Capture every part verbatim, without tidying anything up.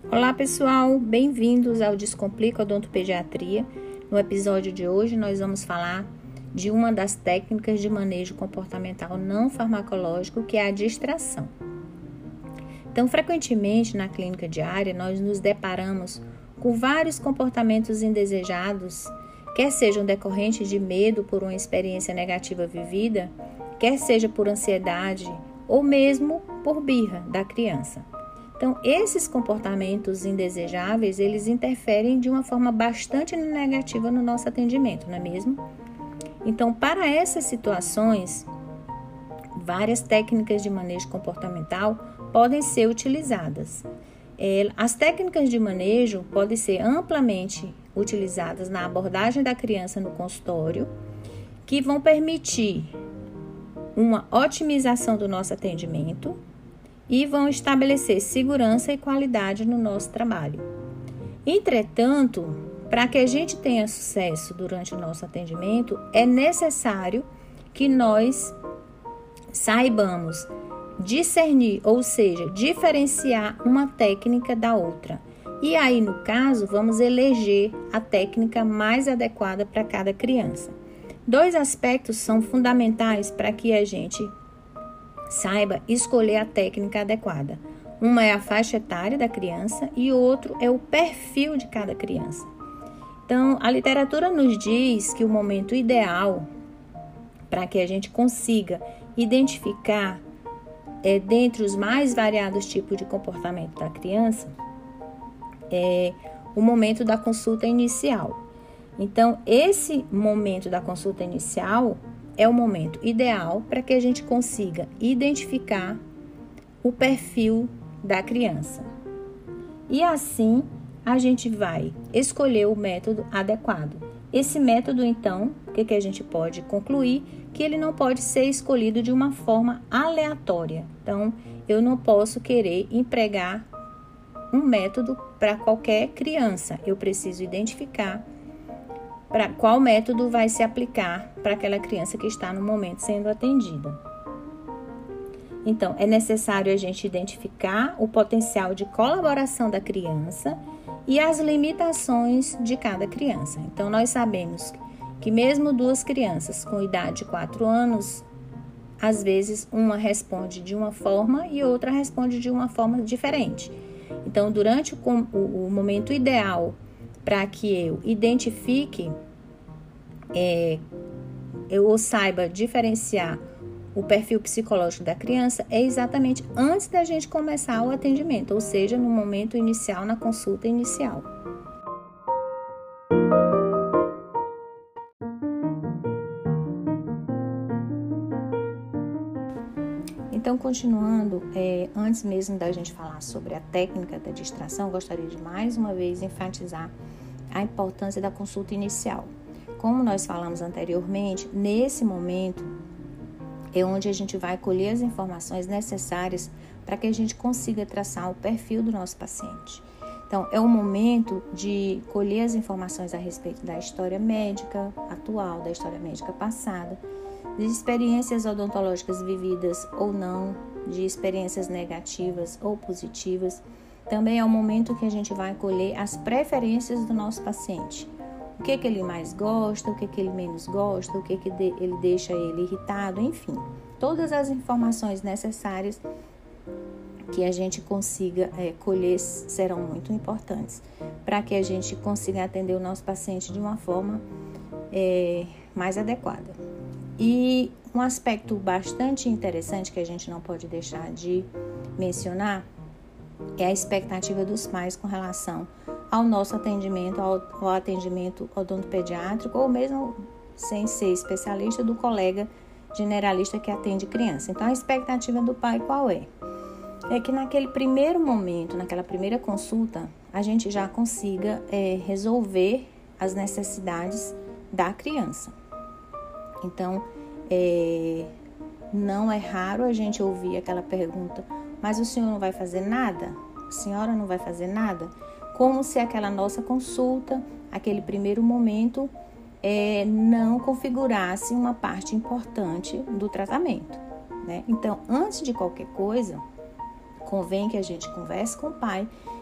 Olá pessoal, bem-vindos ao Descomplica Odontopediatria. No episódio de hoje nós vamos falar de uma das técnicas de manejo comportamental não farmacológico, que é a distração. Então, frequentemente na clínica diária nós nos deparamos com vários comportamentos indesejados, quer sejam decorrentes de medo por uma experiência negativa vivida, quer seja por ansiedade ou mesmo por birra da criança. Então, esses comportamentos indesejáveis, eles interferem de uma forma bastante negativa no nosso atendimento, não é mesmo? Então, para essas situações, várias técnicas de manejo comportamental podem ser utilizadas. As técnicas de manejo podem ser amplamente utilizadas na abordagem da criança no consultório, que vão permitir uma otimização do nosso atendimento e vão estabelecer segurança e qualidade no nosso trabalho. Entretanto, para que a gente tenha sucesso durante o nosso atendimento, é necessário que nós saibamos discernir, ou seja, diferenciar uma técnica da outra. E aí, no caso, vamos eleger a técnica mais adequada para cada criança. Dois aspectos são fundamentais para que a gente saiba escolher a técnica adequada. Uma é a faixa etária da criança e o outro é o perfil de cada criança. Então, a literatura nos diz que o momento ideal para que a gente consiga identificar é, dentre os mais variados tipos de comportamento da criança é o momento da consulta inicial. Então, esse momento da consulta inicial é o momento ideal para que a gente consiga identificar o perfil da criança. E assim, a gente vai escolher o método adequado. Esse método, então, o que, que a gente pode concluir? Que ele não pode ser escolhido de uma forma aleatória. Então, eu não posso querer empregar um método para qualquer criança. Eu preciso identificar para qual método vai se aplicar para aquela criança que está no momento sendo atendida. Então, é necessário a gente identificar o potencial de colaboração da criança e as limitações de cada criança. Então, nós sabemos que mesmo duas crianças com idade de quatro anos, às vezes uma responde de uma forma e outra responde de uma forma diferente. Então, durante o, o, o momento ideal para que eu identifique, é, eu saiba diferenciar o perfil psicológico da criança, é exatamente antes da gente começar o atendimento, ou seja, no momento inicial, na consulta inicial. Então, continuando, é, antes mesmo da gente falar sobre a técnica da distração, eu gostaria de mais uma vez enfatizar a importância da consulta inicial. Como nós falamos anteriormente, nesse momento é onde a gente vai colher as informações necessárias para que a gente consiga traçar o perfil do nosso paciente. Então, é o momento de colher as informações a respeito da história médica atual, da história médica passada, de experiências odontológicas vividas ou não, de experiências negativas ou positivas. Também é o momento que a gente vai colher as preferências do nosso paciente. O que, que ele mais gosta, o que, que ele menos gosta, o que, que de, ele deixa ele irritado, enfim. Todas as informações necessárias que a gente consiga é, colher serão muito importantes para que a gente consiga atender o nosso paciente de uma forma é, mais adequada. E um aspecto bastante interessante que a gente não pode deixar de mencionar é a expectativa dos pais com relação ao nosso atendimento, ao, ao atendimento odontopediátrico ou mesmo sem ser especialista, do colega generalista que atende criança. Então, a expectativa do pai qual é? É que naquele primeiro momento, naquela primeira consulta, a gente já consiga é, resolver as necessidades da criança. Então, é, não é raro a gente ouvir aquela pergunta: mas o senhor não vai fazer nada? A senhora não vai fazer nada? Como se aquela nossa consulta, aquele primeiro momento, é, não configurasse uma parte importante do tratamento, né? Então, antes de qualquer coisa, convém que a gente converse com o pai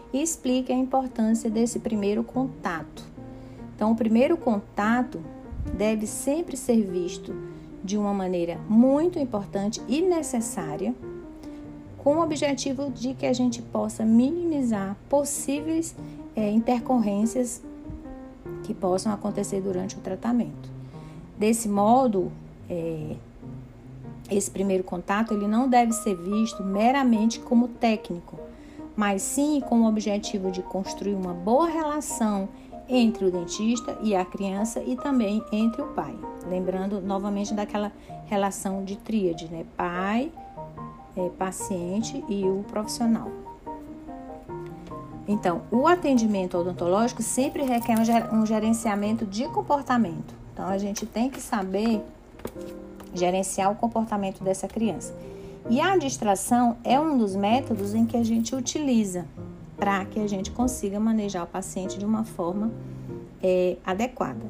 e explique a importância desse primeiro contato. Então, o primeiro contato deve sempre ser visto de uma maneira muito importante e necessária, com o objetivo de que a gente possa minimizar possíveis é, intercorrências que possam acontecer durante o tratamento. Desse modo, é, esse primeiro contato ele não deve ser visto meramente como técnico, mas sim com o objetivo de construir uma boa relação entre o dentista e a criança e também entre o pai. Lembrando novamente daquela relação de tríade, né? Pai, é, paciente e o profissional. Então, o atendimento odontológico sempre requer um gerenciamento de comportamento. Então, a gente tem que saber gerenciar o comportamento dessa criança. E a distração é um dos métodos em que a gente utiliza para que a gente consiga manejar o paciente de uma forma é, adequada.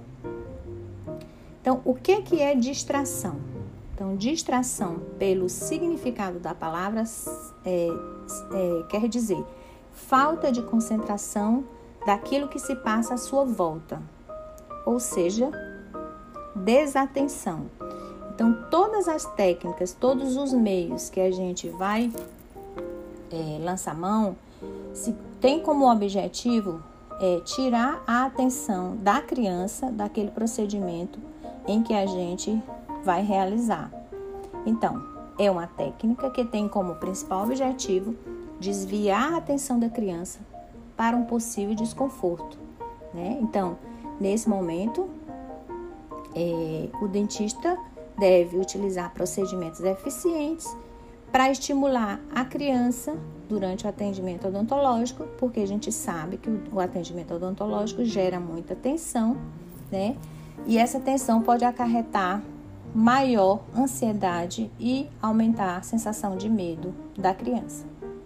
Então, o que, que é distração? Então, distração, pelo significado da palavra, é, é, quer dizer falta de concentração daquilo que se passa à sua volta, ou seja, desatenção. Então, todas as técnicas, todos os meios que a gente vai é, lançar mão, se tem como objetivo é, tirar a atenção da criança daquele procedimento em que a gente vai realizar. Então, é uma técnica que tem como principal objetivo desviar a atenção da criança para um possível desconforto, né? Então, nesse momento, é, o dentista deve utilizar procedimentos eficientes para estimular a criança durante o atendimento odontológico, porque a gente sabe que o atendimento odontológico gera muita tensão, né? E essa tensão pode acarretar maior ansiedade e aumentar a sensação de medo da criança.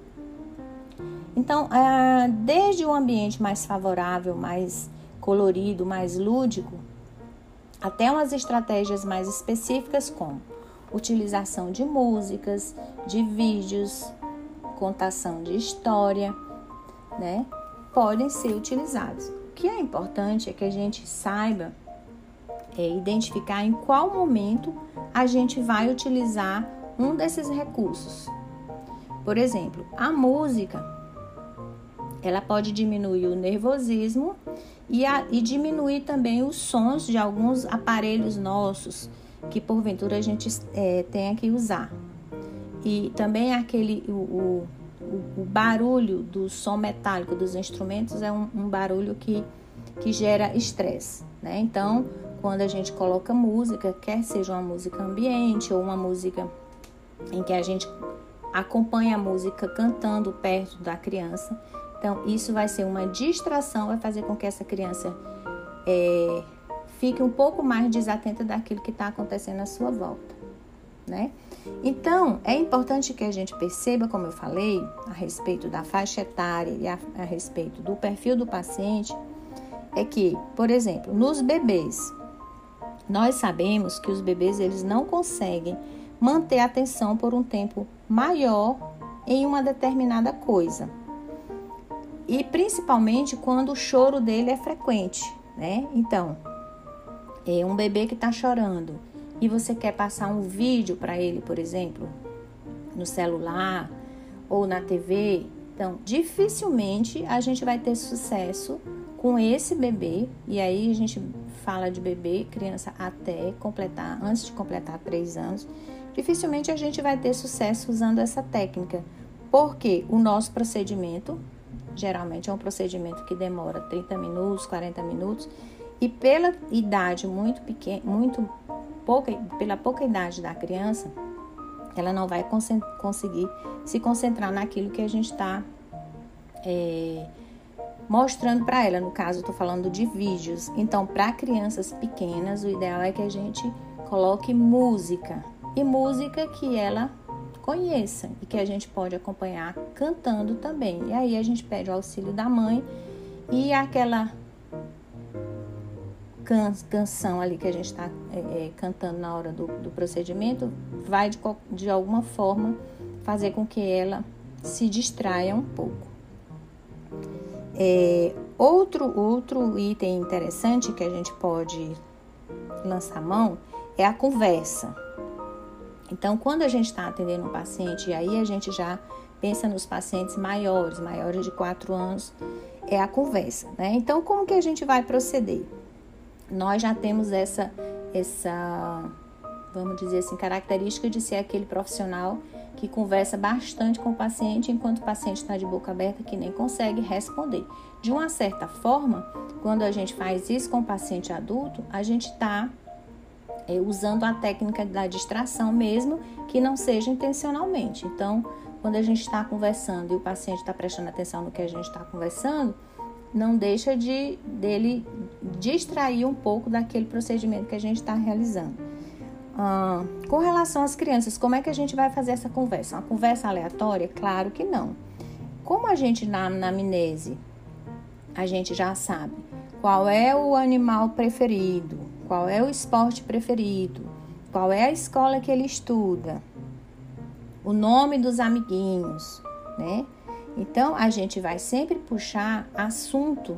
Então, desde o ambiente mais favorável, mais colorido, mais lúdico, até umas estratégias mais específicas como utilização de músicas, de vídeos, contação de história, né, podem ser utilizados. O que é importante é que a gente saiba é, identificar em qual momento a gente vai utilizar um desses recursos. Por exemplo, a música, ela pode diminuir o nervosismo e, a, e diminuir também os sons de alguns aparelhos nossos que porventura a gente é, tenha que usar. E também aquele, o, o, o barulho do som metálico dos instrumentos é um, um barulho que, que gera estresse, né? Então, quando a gente coloca música, quer seja uma música ambiente ou uma música em que a gente acompanha a música cantando perto da criança, então isso vai ser uma distração, vai fazer com que essa criança é, fique um pouco mais desatenta daquilo que está acontecendo à sua volta, né? Então, é importante que a gente perceba, como eu falei, a respeito da faixa etária e a, a respeito do perfil do paciente, é que, por exemplo, nos bebês, nós sabemos que os bebês eles não conseguem manter a atenção por um tempo maior em uma determinada coisa. E principalmente quando o choro dele é frequente, né? Então, é um bebê que está chorando e você quer passar um vídeo para ele, por exemplo, no celular ou na T V, então dificilmente a gente vai ter sucesso com esse bebê. E aí a gente fala de bebê, criança até completar, antes de completar três anos, dificilmente a gente vai ter sucesso usando essa técnica, porque o nosso procedimento geralmente é um procedimento que demora trinta minutos, quarenta minutos, e pela idade muito pequena, muito pouca, pela pouca idade da criança, ela não vai conseguir se concentrar naquilo que a gente está é, mostrando para ela. No caso, eu estou falando de vídeos. Então, para crianças pequenas, o ideal é que a gente coloque música, e música que ela conheça e que a gente pode acompanhar cantando também. E aí a gente pede o auxílio da mãe e aquela can- canção ali que a gente está é, é, cantando na hora do, do procedimento vai de, de alguma forma fazer com que ela se distraia um pouco. É, outro, outro item interessante que a gente pode lançar mão é a conversa. Então, quando a gente está atendendo um paciente, e aí a gente já pensa nos pacientes maiores, maiores de quatro anos, é a conversa, né? Então, como que a gente vai proceder? Nós já temos essa, essa, vamos dizer assim, característica de ser aquele profissional que conversa bastante com o paciente, enquanto o paciente está de boca aberta, que nem consegue responder. De uma certa forma, quando a gente faz isso com o paciente adulto, a gente está é, usando a técnica da distração mesmo, que não seja intencionalmente. Então, quando a gente está conversando e o paciente está prestando atenção no que a gente está conversando, não deixa de dele distrair um pouco daquele procedimento que a gente está realizando. Ah, com relação às crianças, como é que a gente vai fazer essa conversa? Uma conversa aleatória? Claro que não. Como a gente na anamnese, a gente já sabe qual é o animal preferido, qual é o esporte preferido, qual é a escola que ele estuda, o nome dos amiguinhos, né? Então, a gente vai sempre puxar assunto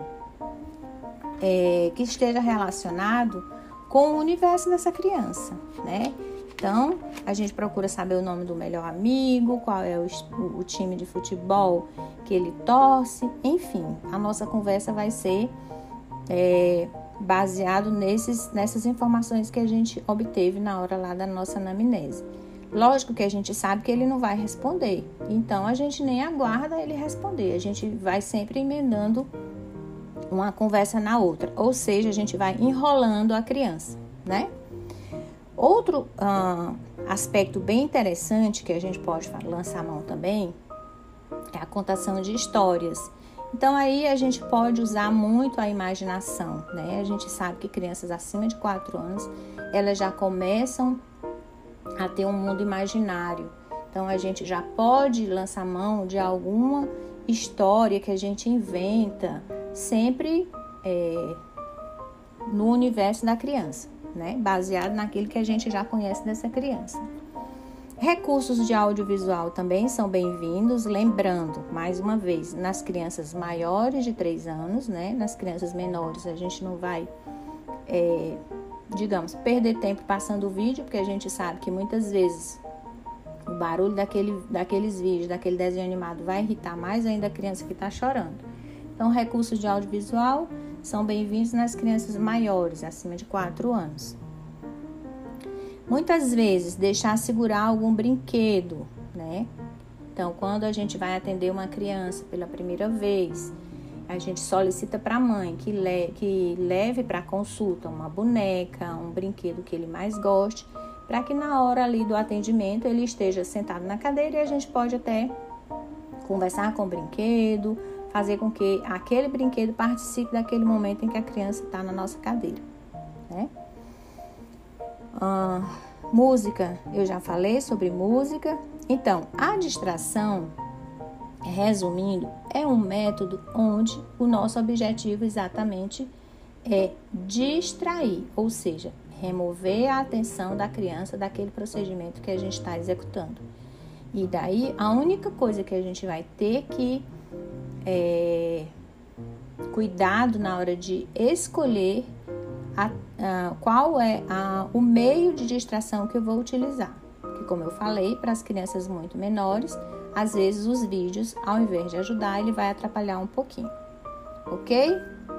é, que esteja relacionado com o universo dessa criança, né? Então, a gente procura saber o nome do melhor amigo, qual é o, o time de futebol que ele torce, enfim, a nossa conversa vai ser é, baseado nesses, nessas informações que a gente obteve na hora lá da nossa anamnese. Lógico que a gente sabe que ele não vai responder, então a gente nem aguarda ele responder, a gente vai sempre emendando uma conversa na outra, ou seja, a gente vai enrolando a criança, né? Outro uh, aspecto bem interessante que a gente pode lançar a mão também é a contação de histórias. Então aí a gente pode usar muito a imaginação, né? A gente sabe que crianças acima de quatro anos, elas já começam a ter um mundo imaginário. Então a gente já pode lançar mão de alguma história que a gente inventa, sempre é, no universo da criança, né? Baseado naquilo que a gente já conhece dessa criança. Recursos de audiovisual também são bem-vindos, lembrando, mais uma vez, nas crianças maiores de três anos, né? Nas crianças menores a gente não vai, é, digamos, perder tempo passando o vídeo, porque a gente sabe que muitas vezes o barulho daquele, daqueles vídeos, daquele desenho animado vai irritar mais ainda a criança que está chorando. Então, recursos de audiovisual são bem-vindos nas crianças maiores, acima de quatro anos. Muitas vezes, deixar segurar algum brinquedo, né? Então, quando a gente vai atender uma criança pela primeira vez, a gente solicita para a mãe que, le- que leve para consulta uma boneca, um brinquedo que ele mais goste, para que na hora ali do atendimento ele esteja sentado na cadeira e a gente pode até conversar com o brinquedo, fazer com que aquele brinquedo participe daquele momento em que a criança está na nossa cadeira, né? Ah, música, eu já falei sobre música. Então, a distração, resumindo, é um método onde o nosso objetivo exatamente é distrair, ou seja, remover a atenção da criança daquele procedimento que a gente está executando. E daí, a única coisa que a gente vai ter que é, cuidado na hora de escolher a, a, qual é a, o meio de distração que eu vou utilizar. Porque, como eu falei, para as crianças muito menores, às vezes os vídeos, ao invés de ajudar, ele vai atrapalhar um pouquinho. Ok?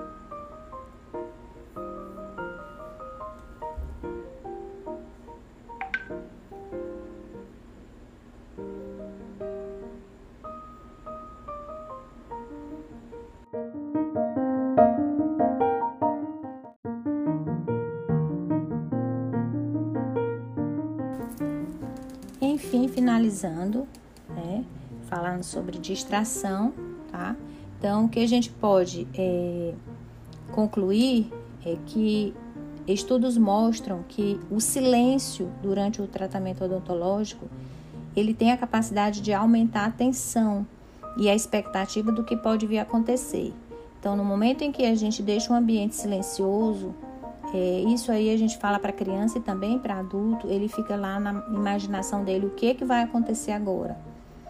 Enfim, finalizando, né, falando sobre distração, tá? Então, o que a gente pode é, concluir é que estudos mostram que o silêncio durante o tratamento odontológico, ele tem a capacidade de aumentar a tensão e a expectativa do que pode vir a acontecer. Então, no momento em que a gente deixa um ambiente silencioso, É, isso aí a gente fala para criança e também para adulto, ele fica lá na imaginação dele, o que, que vai acontecer agora.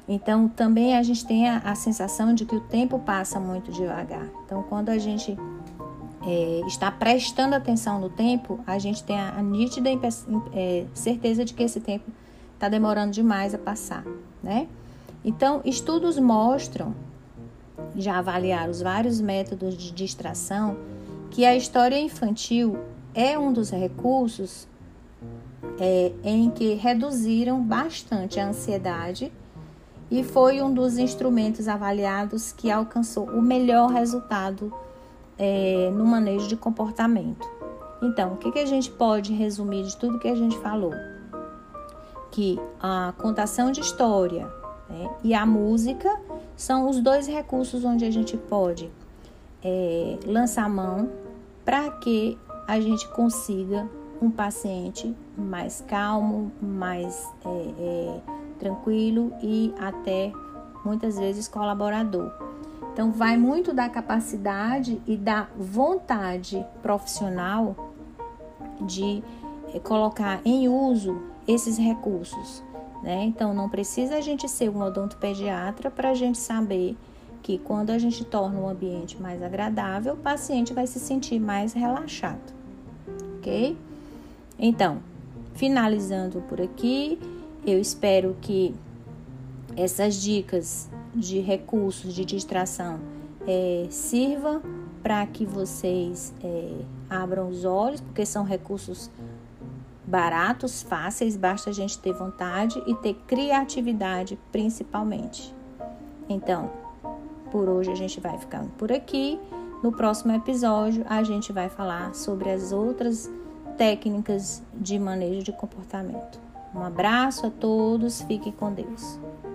Então, também a gente tem a, a sensação de que o tempo passa muito devagar. Então, quando a gente é, está prestando atenção no tempo, a gente tem a, a nítida é, certeza de que esse tempo está demorando demais a passar, né? Então, estudos mostram, já avaliaram os vários métodos de distração, que a história infantil é um dos recursos é, em que reduziram bastante a ansiedade e foi um dos instrumentos avaliados que alcançou o melhor resultado é, no manejo de comportamento. Então, o que, que a gente pode resumir de tudo que a gente falou? Que a contação de história, né, e a música são os dois recursos onde a gente pode é, lançar mão para que a gente consiga um paciente mais calmo, mais é, é, tranquilo e até muitas vezes colaborador. Então vai muito da capacidade e da vontade profissional de é, colocar em uso esses recursos, né? Então não precisa a gente ser um odontopediatra para a gente saber que quando a gente torna o ambiente mais agradável, o paciente vai se sentir mais relaxado, ok? Então, finalizando por aqui, eu espero que essas dicas de recursos de distração é, sirvam para que vocês é, abram os olhos, porque são recursos baratos, fáceis, basta a gente ter vontade e ter criatividade principalmente. Então, por hoje a gente vai ficando por aqui. No próximo episódio a gente vai falar sobre as outras técnicas de manejo de comportamento. Um abraço a todos, fiquem com Deus.